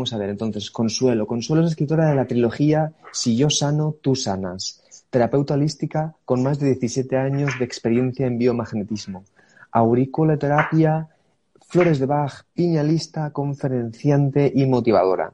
vamos a ver, entonces, Consuelo. Consuelo es escritora de la trilogía Si yo sano, tú sanas. Terapeuta holística con más de 17 años de experiencia en biomagnetismo. Auriculoterapia, flores de Bach, piñalista, conferenciante y motivadora.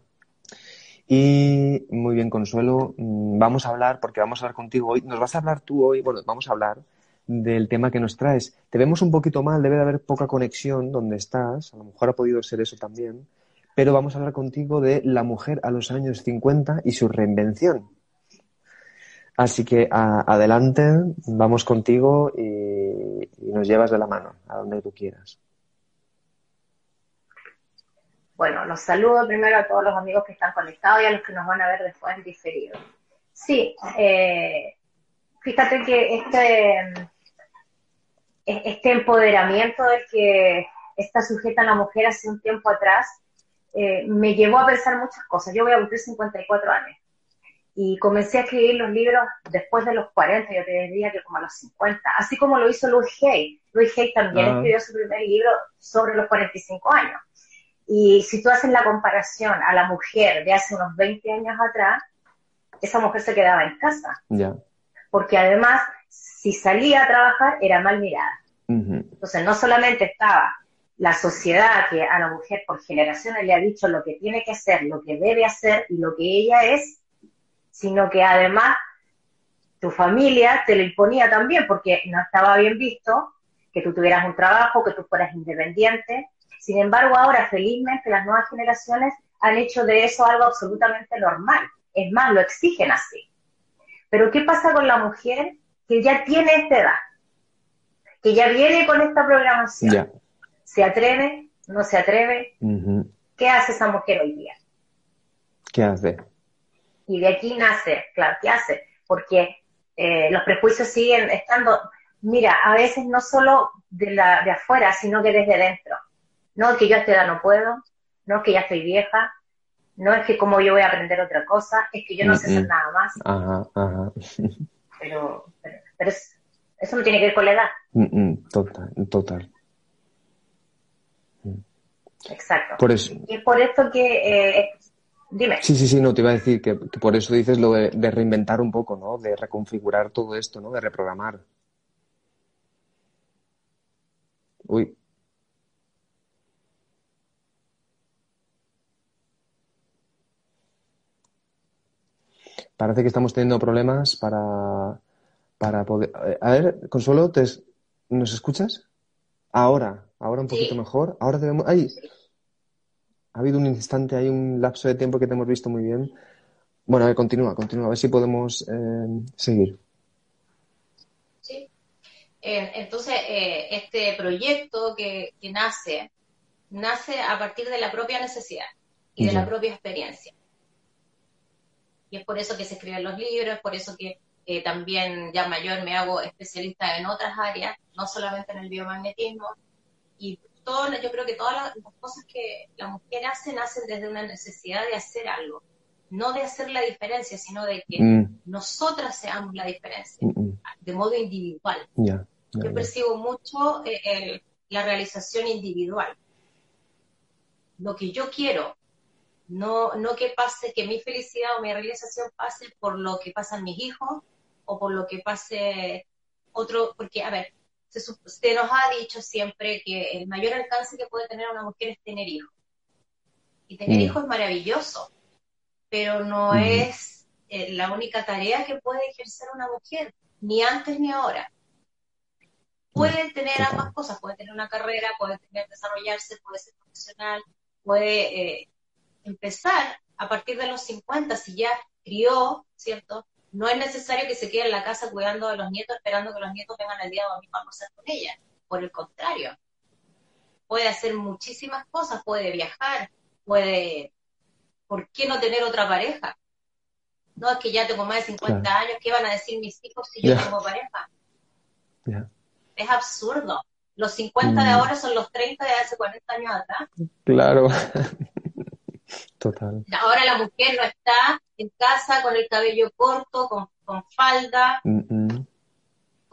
Y muy bien, Consuelo, vamos a hablar, porque vamos a hablar contigo hoy. Nos vas a hablar tú hoy, bueno, vamos a hablar del tema que nos traes. Te vemos un poquito mal, debe de haber poca conexión donde estás, a lo mejor ha podido ser eso también, pero vamos a hablar contigo de la mujer a los años 50 y su reinvención. Así que adelante, vamos contigo y nos llevas de la mano a donde tú quieras. Bueno, los saludo primero a todos los amigos que están conectados y a los que nos van a ver después en diferido. Sí, fíjate que este empoderamiento del que está sujeta la mujer hace un tiempo atrás me llevó a pensar muchas cosas. Yo voy a cumplir 54 años y comencé a escribir los libros después de los 40, yo te diría que como a los 50, así como lo hizo Louise Hay. Louise Hay también escribió su primer libro sobre los 45 años. Y si tú haces la comparación a la mujer de hace unos 20 años atrás, esa mujer se quedaba en casa. Yeah. Porque además, si salía a trabajar, era mal mirada. Uh-huh. Entonces, no solamente estaba la sociedad que a la mujer por generaciones le ha dicho lo que tiene que hacer, lo que debe hacer y lo que ella es, sino que además tu familia te lo imponía también, porque no estaba bien visto que tú tuvieras un trabajo, que tú fueras independiente. Sin embargo, ahora, felizmente, las nuevas generaciones han hecho de eso algo absolutamente normal. Es más, lo exigen así. Pero ¿qué pasa con la mujer que ya tiene esta edad? Que ya viene con esta programación. Yeah. ¿Se atreve? ¿No se atreve? Uh-huh. ¿Qué hace esa mujer hoy día? ¿Qué hace? Y de aquí nace, claro, ¿qué hace? Porque los prejuicios siguen estando, mira, a veces no solo de afuera, sino que desde dentro. No es que yo a esta edad no puedo, no es que ya estoy vieja, no es que como yo voy a aprender otra cosa, es que yo no sé hacer nada más. Ajá, ajá. Pero eso no tiene que ver con la edad. Total. Exacto. Por eso. Y es por esto que... dime. Sí, no, te iba a decir que por eso dices lo de reinventar un poco, ¿no? De reconfigurar todo esto, ¿no? De reprogramar. Uy. Parece que estamos teniendo problemas para poder... A ver, Consuelo, ¿nos escuchas? Ahora un poquito mejor. Ahora debemos... ¡Ay! Ha habido un instante, hay un lapso de tiempo que te hemos visto muy bien. Bueno, a ver, continúa, a ver si podemos seguir. Sí. Entonces, este proyecto que nace a partir de la propia necesidad y de la propia experiencia. Y es por eso que se escriben los libros, es por eso que también ya mayor me hago especialista en otras áreas, no solamente en el biomagnetismo. Y yo creo que todas las cosas que la mujer hace nacen desde una necesidad de hacer algo. No de hacer la diferencia, sino de que nosotras seamos la diferencia, de modo individual. Yo percibo mucho la realización individual. Lo que yo quiero, no que pase, que mi felicidad o mi realización pase por lo que pasan mis hijos o por lo que pase otro, porque, a ver, se nos ha dicho siempre que el mayor alcance que puede tener una mujer es tener hijos. Y tener hijos es maravilloso, pero no es la única tarea que puede ejercer una mujer, ni antes ni ahora. Puede tener ambas cosas, puede tener una carrera, puede desarrollarse, puede ser profesional, puede empezar a partir de los 50, si ya crió, ¿cierto? No es necesario que se quede en la casa cuidando de los nietos, esperando que los nietos vengan el día domingo a almorzar con ella. Por el contrario, puede hacer muchísimas cosas, puede viajar, ¿por qué no tener otra pareja? No, es que ya tengo más de 50 años, ¿qué van a decir mis hijos si yo tengo pareja? Es absurdo. Los 50 de ahora son los 30 de hace 40 años atrás. Claro. Total. Ahora la mujer no está en casa con el cabello corto, con falda,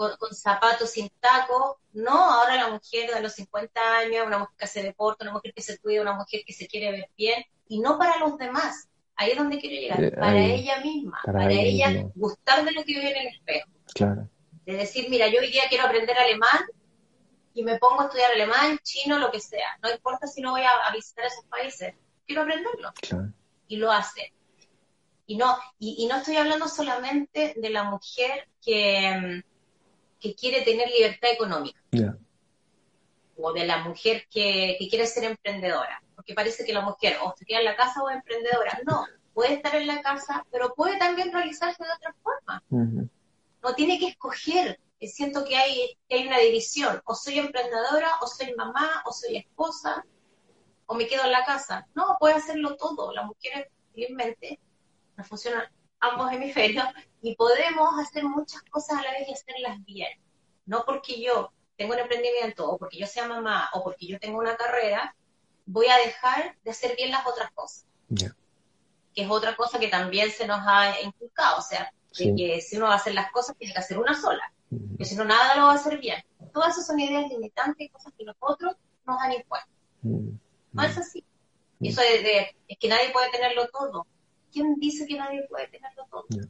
con zapatos sin tacos. No, ahora la mujer de los 50 años, una mujer que hace deporte, una mujer que se cuida, una mujer que se quiere ver bien, y no para los demás. Ahí es donde quiero llegar, para ella misma, para ella gustar de lo que ve en el espejo. Claro. De decir, mira, yo hoy día quiero aprender alemán y me pongo a estudiar alemán, chino, lo que sea. No importa si no voy a visitar esos países, quiero aprenderlo. Claro. Y lo hace. Y no estoy hablando solamente de la mujer que quiere tener libertad económica. Yeah. O de la mujer que quiere ser emprendedora. Porque parece que la mujer o se queda en la casa o es emprendedora. No, puede estar en la casa, pero puede también realizarse de otra forma. Uh-huh. No tiene que escoger. Siento que hay una división. O soy emprendedora, o soy mamá, o soy esposa, o me quedo en la casa. No, puede hacerlo todo. Las mujeres, felizmente, nos funcionan ambos hemisferios y podemos hacer muchas cosas a la vez y hacerlas bien. No porque yo tengo un emprendimiento, o porque yo sea mamá, o porque yo tengo una carrera, voy a dejar de hacer bien las otras cosas. Yeah. Que es otra cosa que también se nos ha inculcado. O sea, de que si uno va a hacer las cosas, tiene que hacer una sola. Uh-huh. Que si no, nada lo va a hacer bien. Todas esas son ideas limitantes y cosas que nosotros nos han impuesto. Uh-huh. No es así. Y eso es que nadie puede tenerlo todo. ¿Quién dice que nadie puede tenerlo todo? Yeah.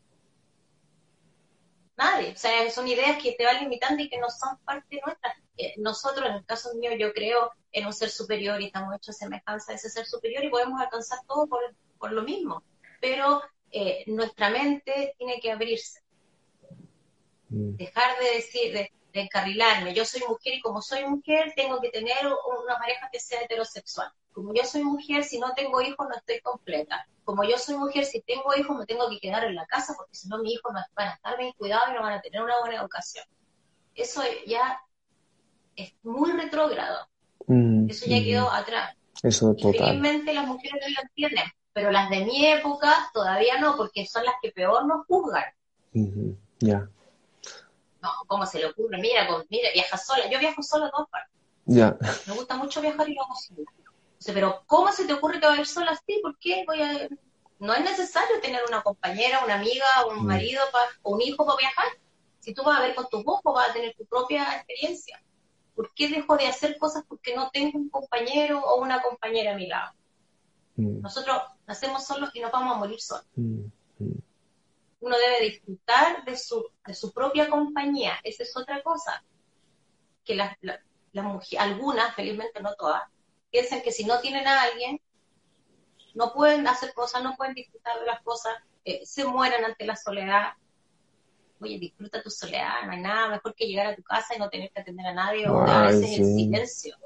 Nadie. O sea, son ideas que te van limitando y que no son parte nuestra. Nosotros, en el caso mío, yo creo en un ser superior y estamos hechos a semejanza de ese ser superior y podemos alcanzar todo por lo mismo. Pero nuestra mente tiene que abrirse. Dejar de decir, de encarrilarme. Yo soy mujer y como soy mujer tengo que tener una pareja que sea heterosexual. Como yo soy mujer, si no tengo hijos no estoy completa. Como yo soy mujer, si tengo hijos me tengo que quedar en la casa porque si no mis hijos no van a estar bien cuidados y no van a tener una buena educación. Eso ya es muy retrógrado. Eso ya quedó atrás. Eso y total. felizmente las mujeres no lo entienden, pero las de mi época todavía no, porque son las que peor nos juzgan. Uh-huh. Ya. No, ¿cómo se le ocurre? Mira, viaja sola. Yo viajo sola a todas partes. Ya. Me gusta mucho viajar y lo hago sola. O sea, pero ¿cómo se te ocurre que vas a ir sola así? ¿Por qué? No es necesario tener una compañera, una amiga, un marido o un hijo para viajar. Si tú vas a ver con tus ojos, vas a tener tu propia experiencia. ¿Por qué dejo de hacer cosas porque no tengo un compañero o una compañera a mi lado? Nosotros nacemos solos y nos vamos a morir solos. Uno debe disfrutar de su propia compañía. Esa es otra cosa. Que las mujeres, algunas, felizmente no todas, piensan que si no tienen a alguien, no pueden hacer cosas, no pueden disfrutar de las cosas, se mueren ante la soledad. Oye, disfruta tu soledad, no hay nada mejor que llegar a tu casa y no tener que atender a nadie, o a veces el silencio.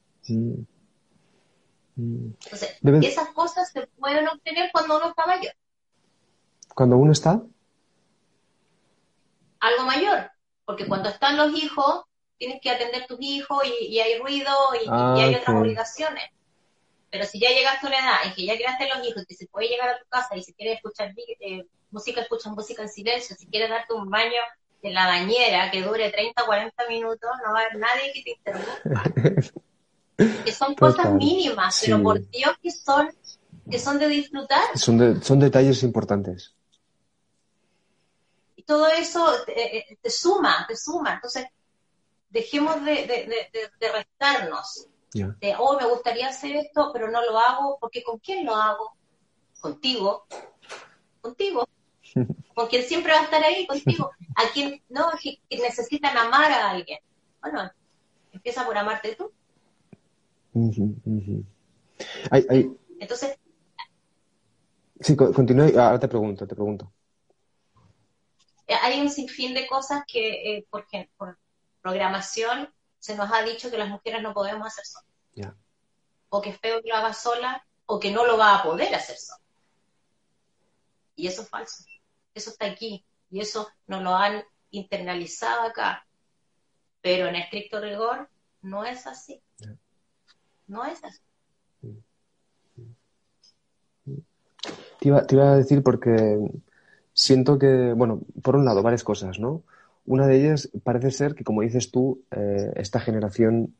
Entonces, esas cosas se pueden obtener cuando uno está mayor. ¿Cuando uno está? Algo mayor, porque cuando están los hijos, tienes que atender tus hijos y hay ruido y hay otras obligaciones. Pero si ya llegaste a una edad en que ya creaste los hijos, que se puede llegar a tu casa y si quieres escuchar música, escucha música en silencio, si quieres darte un baño en la bañera que dure 30, 40 minutos, no va a haber nadie que te interrumpa. Que son cosas mínimas, pero por Dios que son de disfrutar. Son detalles importantes. Y todo eso te suma. Entonces, dejemos de restarnos. Yeah. Me gustaría hacer esto, pero no lo hago, porque ¿con quién lo hago? Contigo. Con quien siempre va a estar ahí, contigo. A quien no, que necesitan amar a alguien. Bueno, empieza por amarte tú. Entonces... Sí, continúa, ahora te pregunto. Hay un sinfín de cosas que, por programación, se nos ha dicho que las mujeres no podemos hacer solas. Yeah. O que es feo que lo haga sola, o que no lo va a poder hacer sola. Y eso es falso. Eso está aquí. Y eso nos lo han internalizado acá. Pero en estricto rigor, no es así. Yeah. No es así. Te iba a decir porque siento que, bueno, por un lado, varias cosas, ¿no? Una de ellas parece ser que, como dices tú, esta generación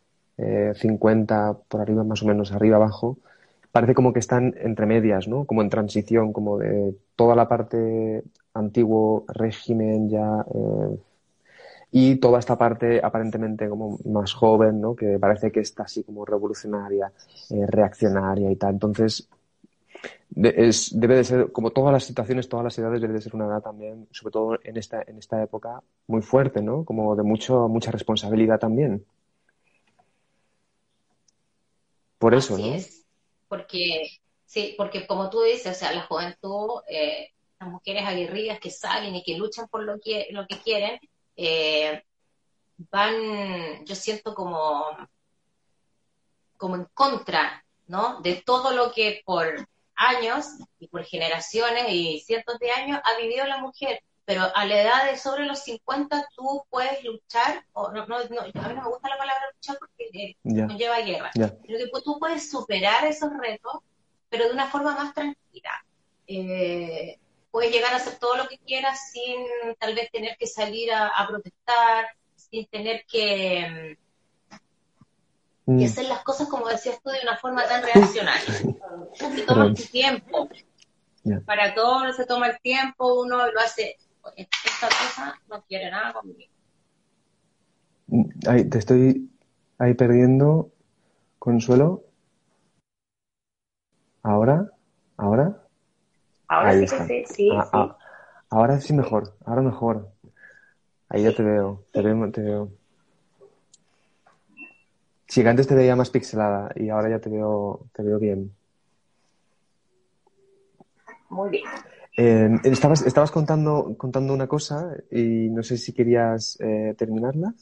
50 por arriba, más o menos, arriba abajo, parece como que están entre medias, ¿no? Como en transición, como de toda la parte antiguo régimen ya y toda esta parte aparentemente como más joven, ¿no? Que parece que está así como revolucionaria, reaccionaria y tal. Entonces, debe de ser, como todas las situaciones, todas las edades, debe de ser una edad también, sobre todo en esta época, muy fuerte, ¿no? Como de mucha responsabilidad también. Por eso, Así ¿no? es, porque sí, porque como tú dices, o sea, la juventud, las mujeres aguerridas que salen y que luchan por lo que quieren, eh, yo siento como en contra, ¿no? De todo lo que por años y por generaciones y cientos de años ha vivido la mujer. Pero a la edad de sobre los 50 tú puedes luchar, o a mí no me gusta la palabra luchar porque Ya, conlleva guerra, ya. pero que tú puedes superar esos retos, pero de una forma más tranquila. Eh, Puedes llegar a hacer todo lo que quieras sin tal vez tener que salir a protestar, sin tener que Mm. hacer las cosas, como decías tú, de una forma tan reaccionaria. Tú te tomas Perdón. tu tiempo. Ya. Para todo uno se toma el tiempo, uno lo hace. Esta cosa no quiere nada conmigo. Te estoy ahí perdiendo, Consuelo. ¿Ahora? ¿Ahora? Ahora Ahí sí que está. sí, sí, sí, Ahora sí sí, mejor, ahora mejor. Ahí ya te sí, veo, sí. te veo. Sí, que antes te veía más pixelada y ahora ya te veo bien. Muy bien. Estabas contando una cosa y no sé si querías terminarla.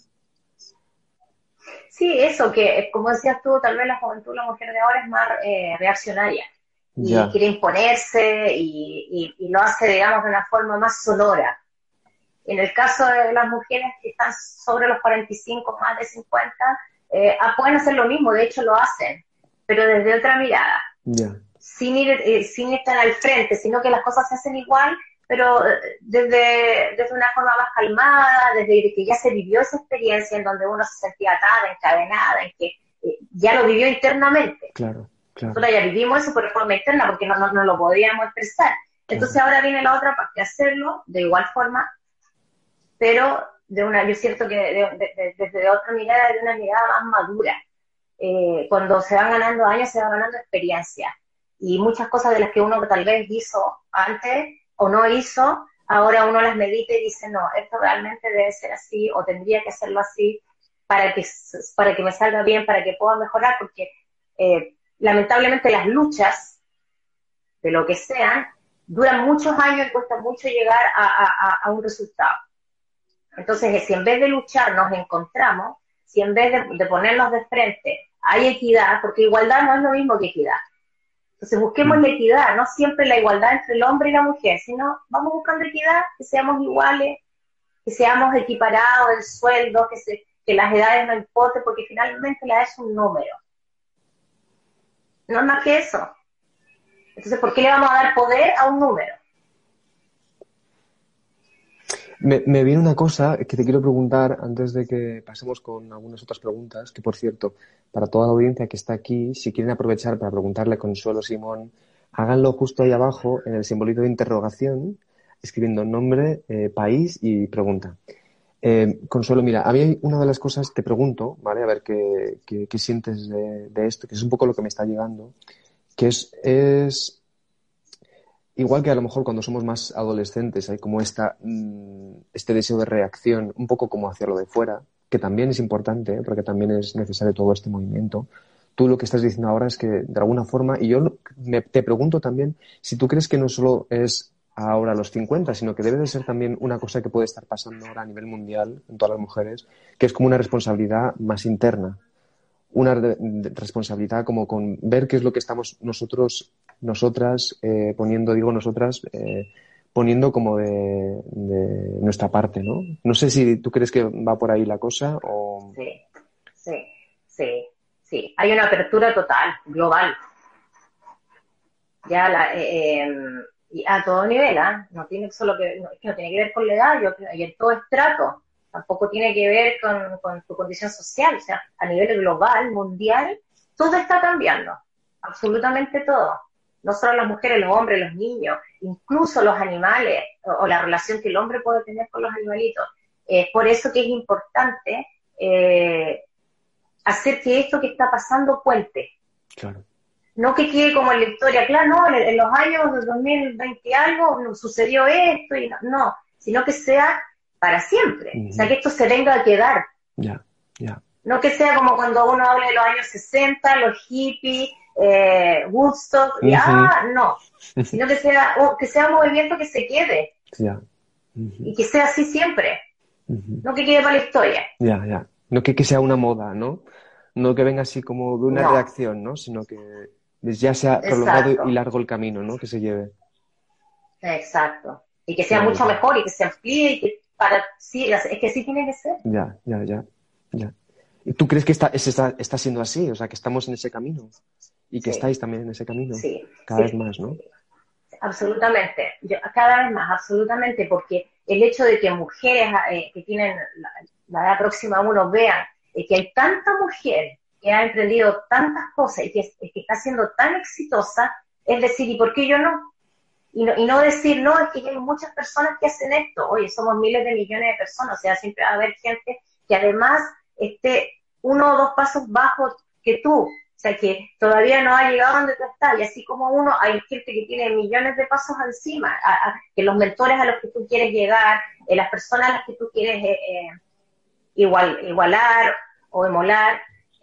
Sí, eso, que como decías tú, tal vez la juventud, la mujer de ahora es más reaccionaria y Ya, quiere imponerse y lo hace, digamos, de una forma más sonora. En el caso de las mujeres que están sobre los 45, más de 50, pueden hacer lo mismo, de hecho lo hacen, pero desde otra mirada, ya. sin estar al frente, sino que las cosas se hacen igual, pero desde una forma más calmada, desde que ya se vivió esa experiencia en donde uno se sentía atada, encadenada, en que ya lo vivió internamente. Claro, claro, Nosotros ya vivimos eso por forma interna porque no lo podíamos expresar. Entonces claro. ahora viene la otra parte, hacerlo de igual forma, pero yo siento que desde otra mirada, de una mirada más madura. Cuando se van ganando años, se va ganando experiencia. Y muchas cosas de las que uno tal vez hizo antes o no hizo, ahora uno las medita y dice, no, esto realmente debe ser así o tendría que hacerlo así para que me salga bien, para que pueda mejorar, porque lamentablemente las luchas, de lo que sean, duran muchos años y cuesta mucho llegar a un resultado. Entonces, si en vez de luchar nos encontramos, si en vez de ponernos de frente hay equidad, porque igualdad no es lo mismo que equidad. Entonces, busquemos Mm. la equidad, no siempre la igualdad entre el hombre y la mujer, sino vamos buscando equidad, que seamos iguales, que seamos equiparados en sueldo, que las edades no importen, porque finalmente la edad es un número. No es más que eso. Entonces, ¿por qué le vamos a dar poder a un número? Me viene una cosa que te quiero preguntar antes de que pasemos con algunas otras preguntas, que por cierto, para toda la audiencia que está aquí, si quieren aprovechar para preguntarle a Consuelo Simón, háganlo justo ahí abajo en el simbolito de interrogación, escribiendo nombre, país y pregunta. Consuelo, mira, a mí una de las cosas, te pregunto, ¿vale? A ver qué sientes de esto, que es un poco lo que me está llegando, que es igual que a lo mejor cuando somos más adolescentes hay como este deseo de reacción, un poco como hacia lo de fuera, que también es importante, porque también es necesario todo este movimiento. Tú lo que estás diciendo ahora es que de alguna forma, y yo te pregunto también si tú crees que no solo es ahora a los 50, sino que debe de ser también una cosa que puede estar pasando ahora a nivel mundial en todas las mujeres, que es como una responsabilidad más interna, una responsabilidad como con ver qué es lo que estamos nosotras, poniendo, digo nosotras, poniendo como de nuestra parte, ¿no? No sé si tú crees que va por ahí la cosa o... Sí, sí, sí, sí. Hay una apertura total, global. Ya y a todo nivel, ¿eh? No tiene solo que no tiene que ver con la edad, y en todo estrato, tampoco tiene que ver con tu condición social, o sea, a nivel global, mundial, todo está cambiando, absolutamente todo. No solo las mujeres, los hombres, los niños, incluso los animales, o la relación que el hombre puede tener con los animalitos. Por eso que es importante hacer que esto que está pasando cuente. Claro. No que quede como en la historia, claro, no, en los años de 2020 y algo sucedió esto, y no, sino que sea para siempre. O sea, que esto se venga a quedar. Ya, ya. No que sea como cuando uno habla de los años 60, los hippies, Woodstock, no. Sino que sea un movimiento que se quede. Ya. Y que sea así siempre. No que quede para la historia. Ya, ya. No que sea una moda, ¿no? No que venga así como de una reacción, ¿no? Sino que ya sea prolongado y largo el camino, ¿no? Que se lleve. Exacto. Y que sea mucho mejor y que se amplíe y que sí, es que sí tiene que ser. Ya. ¿Y tú crees que está siendo así? O sea, que estamos en ese camino y que estáis también en ese camino. Sí. Cada vez más, ¿no? Absolutamente. Cada vez más, absolutamente, porque el hecho de que mujeres que tienen la edad próxima a uno vean que hay tanta mujer que ha emprendido tantas cosas y que está siendo tan exitosa, es decir, ¿y por qué yo no? Y no decir, no, es que hay muchas personas que hacen esto. Oye, somos miles de millones de personas, o sea, siempre va a haber gente que además esté 1 o 2 pasos bajo que tú. O sea, que todavía no ha llegado donde tú estás. Y así como hay gente que tiene millones de pasos encima, que los mentores a los que tú quieres llegar, las personas a las que tú quieres igualar o emular,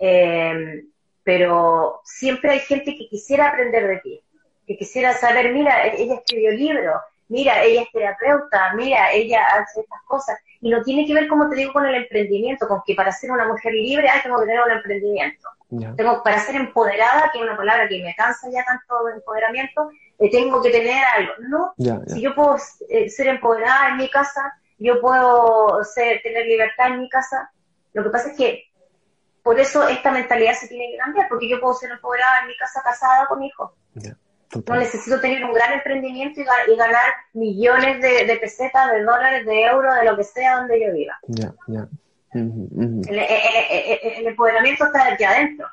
pero siempre hay gente que quisiera aprender de ti, que quisiera saber, mira, ella escribió libros, mira, ella es terapeuta, mira, ella hace estas cosas, y no tiene que ver, como te digo, con el emprendimiento, con que para ser una mujer libre tengo que tener un emprendimiento. Para ser empoderada, que es una palabra que me cansa ya tanto de empoderamiento, tengo que tener algo. No, si yo puedo ser empoderada en mi casa, yo puedo tener libertad en mi casa. Lo que pasa es que por eso esta mentalidad se tiene que cambiar, porque yo puedo ser empoderada en mi casa casada con hijos. No necesito tener un gran emprendimiento y ganar millones de pesetas, de dólares, de euros, de lo que sea donde yo viva. El empoderamiento está aquí adentro.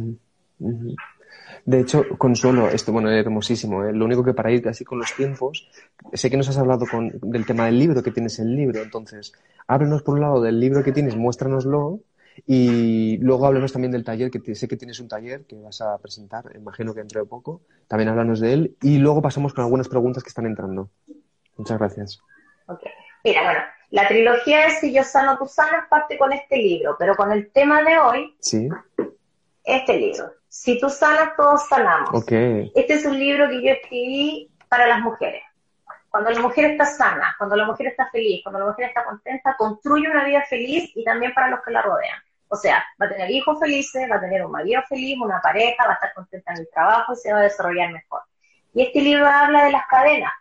De hecho, Consuelo, esto, bueno, es hermosísimo, ¿eh? Lo único que para ir así con los tiempos, sé que nos has hablado del tema del libro, que tienes el libro, entonces, háblenos por un lado del libro que tienes, muéstranoslo, y luego háblenos también del taller, que sé que tienes un taller que vas a presentar, imagino que dentro de poco, también háblanos de él, y luego pasamos con algunas preguntas que están entrando. Muchas gracias. Okay. Mira, bueno, la trilogía es Si yo sano, tú sanas, parte con este libro, pero con el tema de hoy, este libro, Si tú sanas, todos sanamos. Okay. Este es un libro que yo escribí para las mujeres. Cuando la mujer está sana, cuando la mujer está feliz, cuando la mujer está contenta, construye una vida feliz y también para los que la rodean. O sea, va a tener hijos felices, va a tener un marido feliz, una pareja, va a estar contenta en el trabajo y se va a desarrollar mejor. Y este libro habla de las cadenas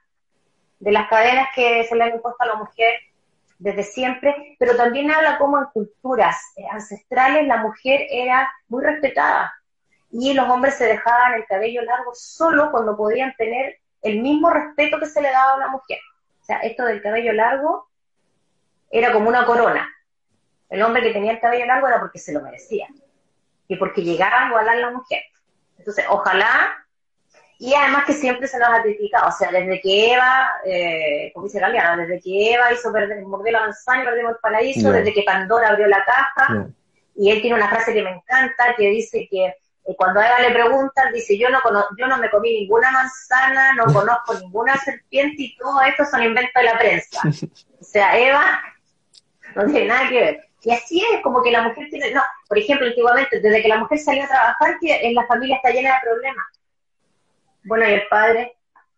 que se le han impuesto a la mujer desde siempre, pero también habla cómo en culturas ancestrales la mujer era muy respetada y los hombres se dejaban el cabello largo solo cuando podían tener el mismo respeto que se le daba a una mujer. O sea, esto del cabello largo era como una corona. El hombre que tenía el cabello largo era porque se lo merecía y porque llegaba a igualar a la mujer. Entonces, ojalá. Y además que siempre se nos ha criticado, o sea, desde que Eva, como dice Galeano, desde que Eva mordió la manzana y perdimos el paraíso, desde que Pandora abrió la caja, y él tiene una frase que me encanta, que dice que cuando a Eva le preguntan, dice, yo no me comí ninguna manzana, no conozco ninguna serpiente, y todo esto son inventos de la prensa. O sea, Eva no tiene nada que ver. Y así es, como que la mujer tiene, no, por ejemplo, antiguamente, desde que la mujer salía a trabajar, que en la familia está llena de problemas. Bueno, y el padre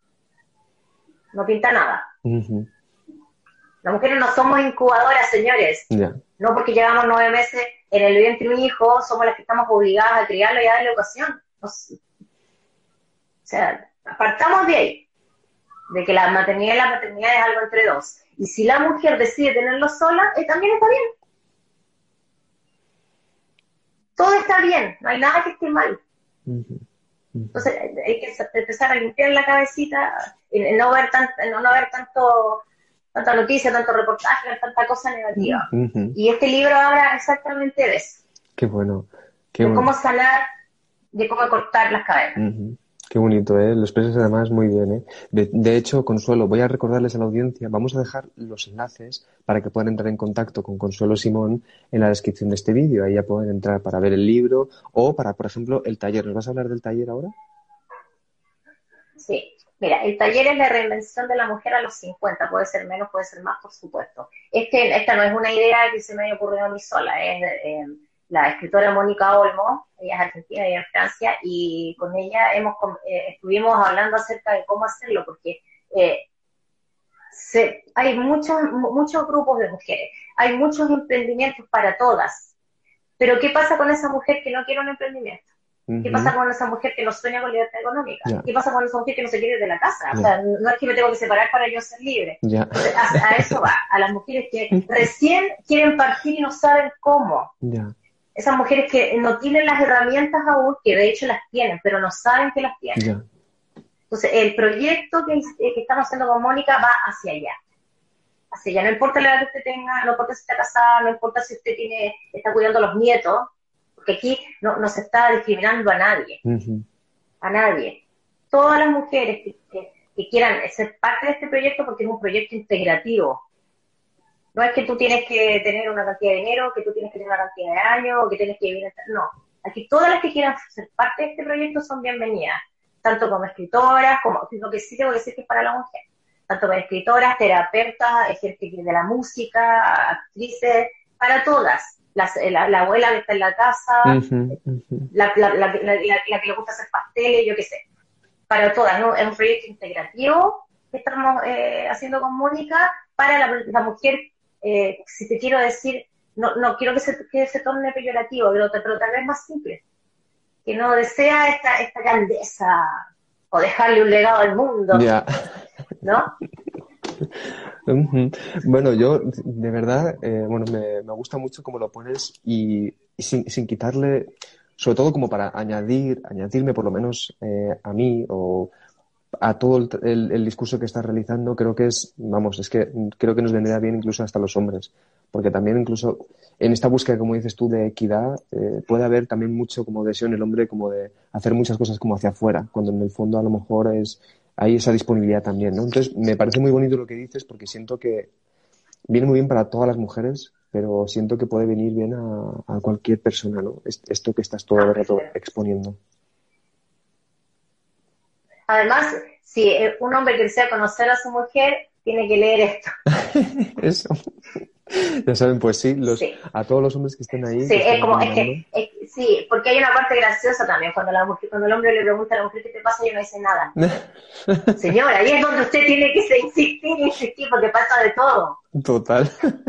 no pinta nada. Las mujeres no somos incubadoras, señores. No porque llevamos 9 meses en el vientre de un hijo, somos las que estamos obligadas a criarlo y a darle educación. O sea, apartamos de ahí, de que la maternidad y la paternidad es algo entre dos. Y si la mujer decide tenerlo sola, también está bien. Todo está bien, no hay nada que esté mal. Entonces hay que empezar a limpiar la cabecita, no ver tanta noticia, tanto reportaje, tanta cosa negativa. Y este libro habla exactamente de eso. Qué bueno. De cómo sanar, de cómo cortar las cadenas. Qué bonito, ¿eh? Lo expresas además muy bien, ¿eh? De hecho, Consuelo, voy a recordarles a la audiencia, vamos a dejar los enlaces para que puedan entrar en contacto con Consuelo Simón en la descripción de este vídeo. Ahí ya pueden entrar para ver el libro o para, por ejemplo, el taller. ¿Nos vas a hablar del taller ahora? Sí. Mira, el taller es la reinvención de la mujer a los 50, puede ser menos, puede ser más, por supuesto. Esta no es una idea que se me haya ocurrido a mí sola, es la escritora Mónica Olmo, ella es argentina y en Francia, y con ella estuvimos hablando acerca de cómo hacerlo, porque hay muchos grupos de mujeres, hay muchos emprendimientos para todas, pero ¿qué pasa con esa mujer que no quiere un emprendimiento? ¿Qué pasa con esa mujer que no sueña con libertad económica? Yeah. ¿Qué pasa con esa mujer que no se quiere ir de la casa? Yeah. O sea, no es que me tengo que separar para yo ser libre. Yeah. Entonces, a eso va, a las mujeres que recién quieren partir y no saben cómo. Yeah. Esas mujeres que no tienen las herramientas aún, que de hecho las tienen, pero no saben que las tienen. Yeah. Entonces, el proyecto que estamos haciendo con Mónica va hacia allá. Hacia allá. No importa la edad que usted tenga, no importa si está casada, no importa si usted está cuidando a los nietos, porque aquí no se está discriminando a nadie. Uh-huh. A nadie. Todas las mujeres que quieran ser parte de este proyecto, porque es un proyecto integrativo. No es que tú tienes que tener una cantidad de dinero, que tú tienes que tener una cantidad de años, o que tienes que vivir... No. Aquí todas las que quieran ser parte de este proyecto son bienvenidas. Tanto como escritoras, como lo que sí tengo que decir que es para la mujer. Tanto como escritoras, terapeutas, gente de la música, actrices, para todas. La abuela que está en la casa, Uh-huh. Uh-huh. la que le gusta hacer pasteles, yo qué sé. Para todas, ¿no? Es un proyecto integrativo que estamos haciendo con Mónica para la mujer, si te quiero decir, no quiero que se torne peyorativo, pero tal vez más simple. Que no desea esta grandeza o dejarle un legado al mundo, Yeah. ¿no? Uh-huh. Bueno, yo de verdad, me gusta mucho cómo lo pones y sin quitarle, sobre todo como para añadirme por lo menos a mí o a todo el discurso que estás realizando, creo que es que creo que nos vendría bien incluso hasta los hombres, porque también incluso en esta búsqueda, como dices tú, de equidad, puede haber también mucho como deseo en el hombre como de hacer muchas cosas como hacia afuera, cuando en el fondo a lo mejor hay esa disponibilidad también, ¿no? Entonces, me parece muy bonito lo que dices porque siento que viene muy bien para todas las mujeres, pero siento que puede venir bien a cualquier persona, ¿no? Esto que estás todo el rato exponiendo. Además, si un hombre que desea conocer a su mujer, tiene que leer esto. Eso. Ya saben, pues sí, sí, a todos los hombres que estén ahí. Sí, sí, porque hay una parte graciosa también, cuando el hombre le pregunta a la mujer qué te pasa y no dice nada. Señora, ahí es donde usted tiene que insistir, porque pasa de todo. Total.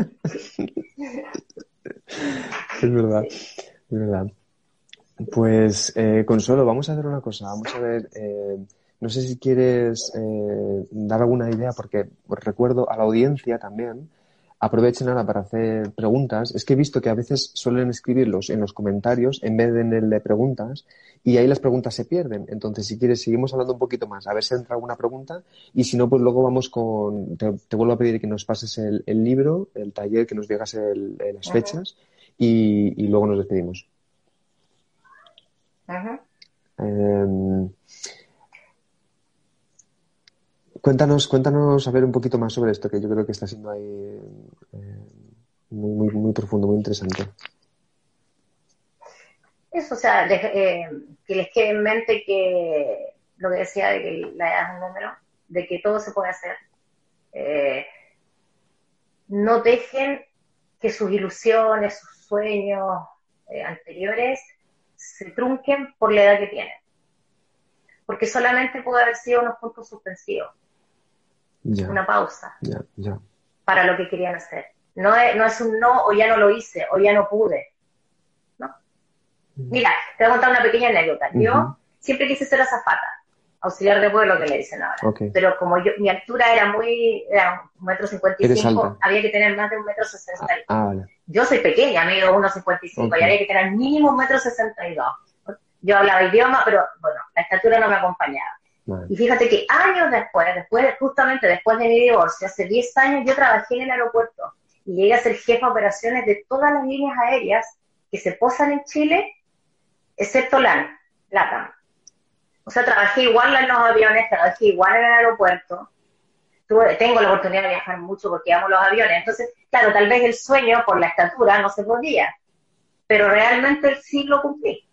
Es verdad, es verdad. Pues, Consuelo, vamos a hacer una cosa. Vamos a ver, no sé si quieres dar alguna idea, porque os recuerdo a la audiencia también, aprovechen ahora para hacer preguntas. Es que he visto que a veces suelen escribirlos en los comentarios en vez de en el de preguntas y ahí las preguntas se pierden. Entonces, si quieres, seguimos hablando un poquito más, a ver si entra alguna pregunta y si no, pues luego vamos con... Te vuelvo a pedir que nos pases el libro, el taller, que nos digas las fechas y luego nos despedimos. Cuéntanos a ver un poquito más sobre esto, que yo creo que está siendo ahí muy, muy profundo, muy interesante. Eso, o sea, que les quede en mente que lo que decía de que la edad es un número, de que todo se puede hacer. No dejen que sus ilusiones, sus sueños anteriores se trunquen por la edad que tienen. Porque solamente puede haber sido unos puntos suspensivos. Ya. Una pausa. Ya. Para lo que querían hacer. No es un no, o ya no lo hice, o ya no pude. ¿No? Mira, te voy a contar una pequeña anécdota. Yo siempre quise ser azafata, auxiliar de vuelo que le dicen ahora. Okay. Pero como mi altura era 1,55 m, había que tener más de 1,60 m. Vale. Yo soy pequeña, mido 1,55 m, y había que tener mínimo 1,62 m. Yo hablaba idioma, pero bueno, la estatura no me acompañaba. Vale. Y fíjate que años justamente después de mi divorcio, hace 10 años, yo trabajé en el aeropuerto y llegué a ser jefa de operaciones de todas las líneas aéreas que se posan en Chile, excepto LATAM. O sea, trabajé igual en los aviones, trabajé igual en el aeropuerto. Tengo la oportunidad de viajar mucho porque amo los aviones. Entonces, claro, tal vez el sueño por la estatura no se podía, pero realmente sí lo cumplí.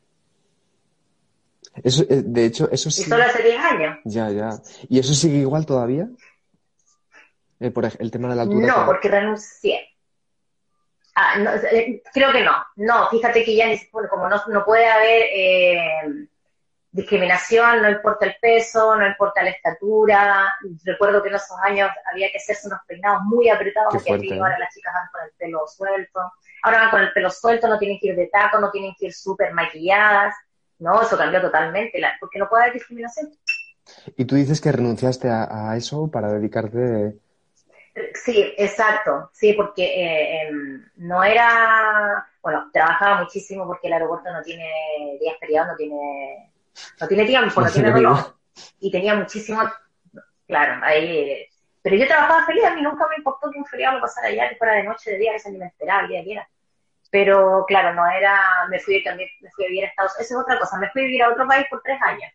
Eso, de hecho, eso sí. Y solo hace 10 años. Ya, ya. ¿Y eso sigue igual todavía? Por el tema de la altura. No, porque renuncié. No, creo que no. No, fíjate que ya ni como no puede haber discriminación, no importa el peso, no importa la estatura. Recuerdo que en esos años había que hacerse unos peinados muy apretados, porque aquí ahora las chicas van con el pelo suelto. Ahora van con el pelo suelto, no tienen que ir de taco, no tienen que ir súper maquilladas. No, eso cambió totalmente, porque no puede haber discriminación. Y tú dices que renunciaste a eso para dedicarte... Sí, exacto, sí, porque no era, bueno, trabajaba muchísimo porque el aeropuerto no tiene días feriados, no tiene tiempo, no tiene reloj, y tenía muchísimo, claro, ahí, pero yo trabajaba feliz, a mí nunca me importó que un feriado lo pasara allá, que fuera de noche, de día, que se me esperaba, el día que era, pero claro, no era, me fui a vivir a Estados Unidos, esa es otra cosa, me fui a vivir a otro país por 3 años,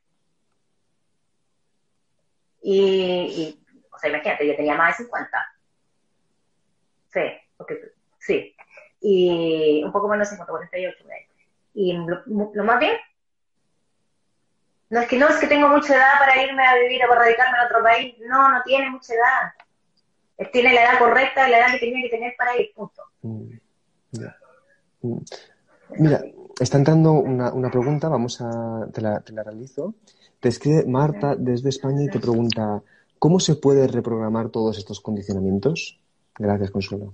y o sea, imagínate, yo tenía más de 50. Sí. Y un poco menos de 50, 48. Y lo más bien, no es que tengo mucha edad para irme a vivir, para radicarme en otro país. No tiene mucha edad. Tiene la edad correcta, la edad que tenía que tener para ir, punto. Mira, está entrando una pregunta, te la realizo. Te escribe Marta desde España y te pregunta, ¿cómo se puede reprogramar todos estos condicionamientos? Gracias, Consuelo.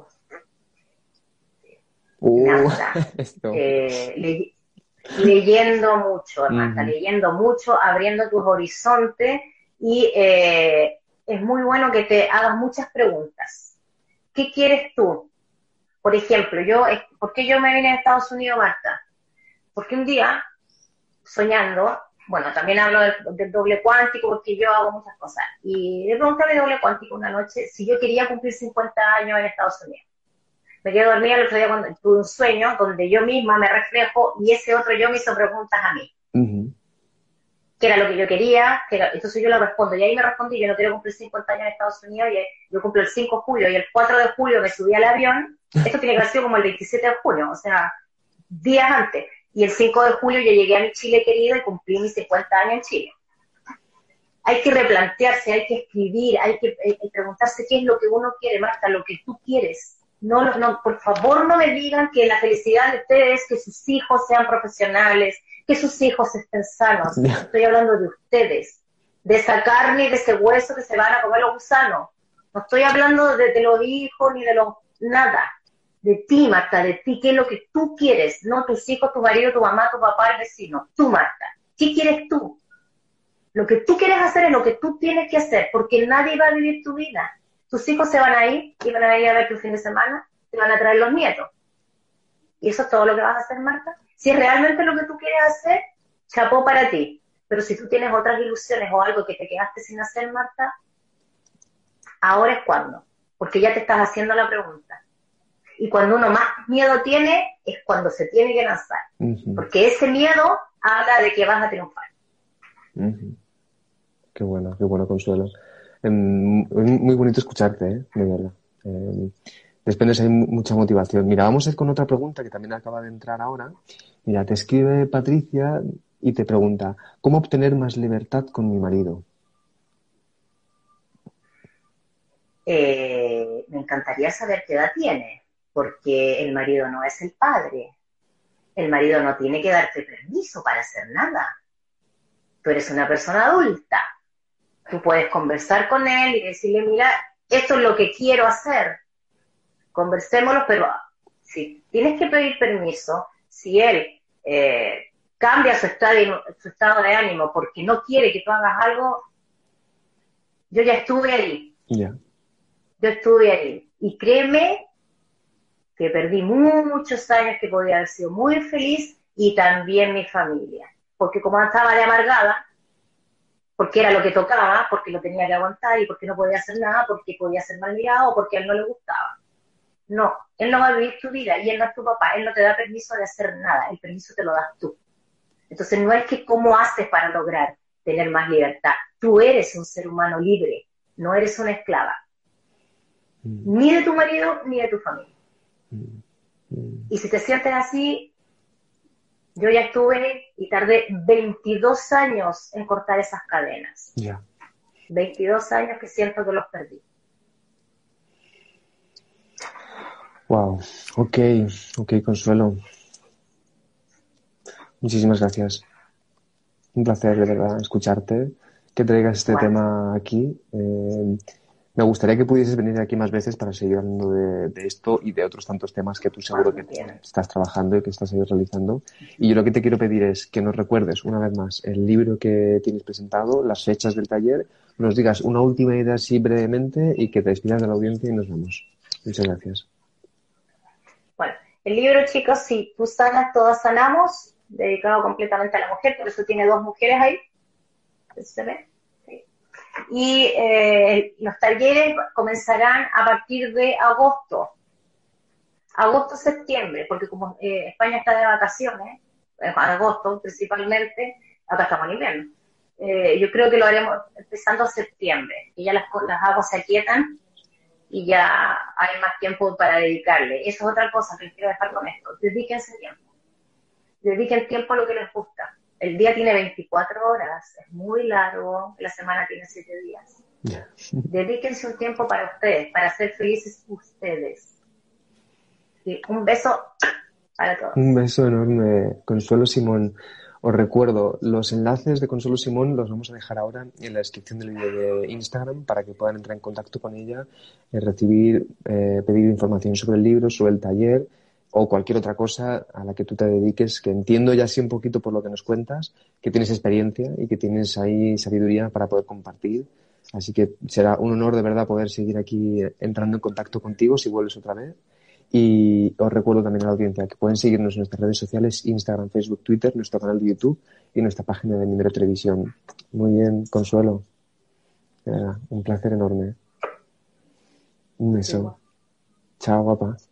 Leyendo mucho, Marta, leyendo mucho, abriendo tus horizontes y es muy bueno que te hagas muchas preguntas. ¿Qué quieres tú? Por ejemplo, ¿por qué yo me vine a Estados Unidos, Marta? Porque un día, soñando, bueno, también hablo del doble cuántico porque yo hago muchas cosas, y le pregunté a mi doble cuántico una noche si yo quería cumplir 50 años en Estados Unidos. Me quedé dormida el otro día cuando tuve un sueño donde yo misma me reflejo y ese otro yo me hizo preguntas a mí. ¿Qué era lo que yo quería? Entonces yo le respondo, y ahí me respondí, yo no quiero cumplir 50 años en Estados Unidos, y yo cumplo el 5 de julio, y el 4 de julio me subí al avión, esto tiene que haber sido como el 27 de junio, o sea, días antes, y el 5 de julio yo llegué a mi Chile querido y cumplí mis 50 años en Chile. Hay que replantearse, hay que escribir, hay que preguntarse qué es lo que uno quiere, Marta, lo que tú quieres. No, por favor no me digan que la felicidad de ustedes es que sus hijos sean profesionales, que sus hijos estén sanos. Estoy hablando de ustedes, de esa carne y de ese hueso que se van a comer los gusanos. No estoy hablando de los hijos ni de nada. De ti, Marta, de ti, qué es lo que tú quieres, no tus hijos, tu marido, tu mamá, tu papá, el vecino. Tú, Marta, ¿qué quieres tú? Lo que tú quieres hacer es lo que tú tienes que hacer, porque nadie va a vivir tu vida. Tus hijos se van a ir y van a venir a ver tu fin de semana, te van a traer los nietos. Y eso es todo lo que vas a hacer, Marta. Si es realmente lo que tú quieres hacer, chapó para ti. Pero si tú tienes otras ilusiones o algo que te quedaste sin hacer, Marta, ahora es cuando. Porque ya te estás haciendo la pregunta. Y cuando uno más miedo tiene, es cuando se tiene que lanzar. Porque ese miedo habla de que vas a triunfar. Qué bueno, Consuelo. Muy bonito escucharte, de verdad. Desprendes ahí mucha motivación. Mira, vamos a ir con otra pregunta que también acaba de entrar ahora. Mira, te escribe Patricia y te pregunta, ¿cómo obtener más libertad con mi marido? Me encantaría saber qué edad tiene, porque el marido no es el padre. El marido no tiene que darte permiso para hacer nada. Tú eres una persona adulta. Tú puedes conversar con él y decirle, mira, esto es lo que quiero hacer. Conversémoslo, pero si tienes que pedir permiso, si él cambia su estado de ánimo porque no quiere que tú hagas algo, yo ya estuve ahí. Yeah. Yo estuve ahí. Y créeme que perdí muchos años que podía haber sido muy feliz y también mi familia. Porque como estaba de amargada, porque era lo que tocaba, porque lo tenía que aguantar y porque no podía hacer nada, porque podía ser mal mirado o porque a él no le gustaba. No, él no va a vivir tu vida y él no es tu papá, él no te da permiso de hacer nada, el permiso te lo das tú. Entonces no es que cómo haces para lograr tener más libertad. Tú eres un ser humano libre, no eres una esclava. Ni de tu marido, ni de tu familia. Y si te sientes así, yo ya estuve y tardé 22 años en cortar esas cadenas. 22 años que siento que los perdí. Wow, ok, Consuelo. Muchísimas gracias. Un placer, de verdad, escucharte, que traigas este tema aquí. Me gustaría que pudieses venir aquí más veces para seguir hablando de esto y de otros tantos temas que tú seguro que estás trabajando y que estás ahí realizando. Y yo lo que te quiero pedir es que nos recuerdes una vez más el libro que tienes presentado, las fechas del taller, nos digas una última idea así brevemente y que te despidas de la audiencia y nos vemos. Muchas gracias. Bueno, el libro, chicos, Si tú sanas, todas sanamos, dedicado completamente a la mujer, por eso tiene 2 mujeres ahí. ¿Se ve? Sí. Y los talleres comenzarán a partir de agosto-septiembre, porque como España está de vacaciones, agosto principalmente, acá estamos en invierno. Yo creo que lo haremos empezando septiembre, que ya las aguas se aquietan y ya hay más tiempo para dedicarle. Eso es otra cosa que les quiero dejar con esto. Dedíquense tiempo. Dediquen tiempo a lo que les gusta. El día tiene 24 horas, es muy largo, la semana tiene 7 días. Dedíquense un tiempo para ustedes, para ser felices ustedes. Y un beso para todos. Un beso enorme, Consuelo Simón. Os recuerdo, los enlaces de Consuelo Simón los vamos a dejar ahora en la descripción del vídeo de Instagram para que puedan entrar en contacto con ella, pedir información sobre el libro, sobre el taller o cualquier otra cosa a la que tú te dediques, que entiendo ya así un poquito por lo que nos cuentas, que tienes experiencia y que tienes ahí sabiduría para poder compartir. Así que será un honor de verdad poder seguir aquí entrando en contacto contigo si vuelves otra vez. Y os recuerdo también a la audiencia que pueden seguirnos en nuestras redes sociales, Instagram, Facebook, Twitter, nuestro canal de YouTube y nuestra página de Mindero Televisión. Muy bien, Consuelo. Un placer enorme. Un beso. Chao, guapa.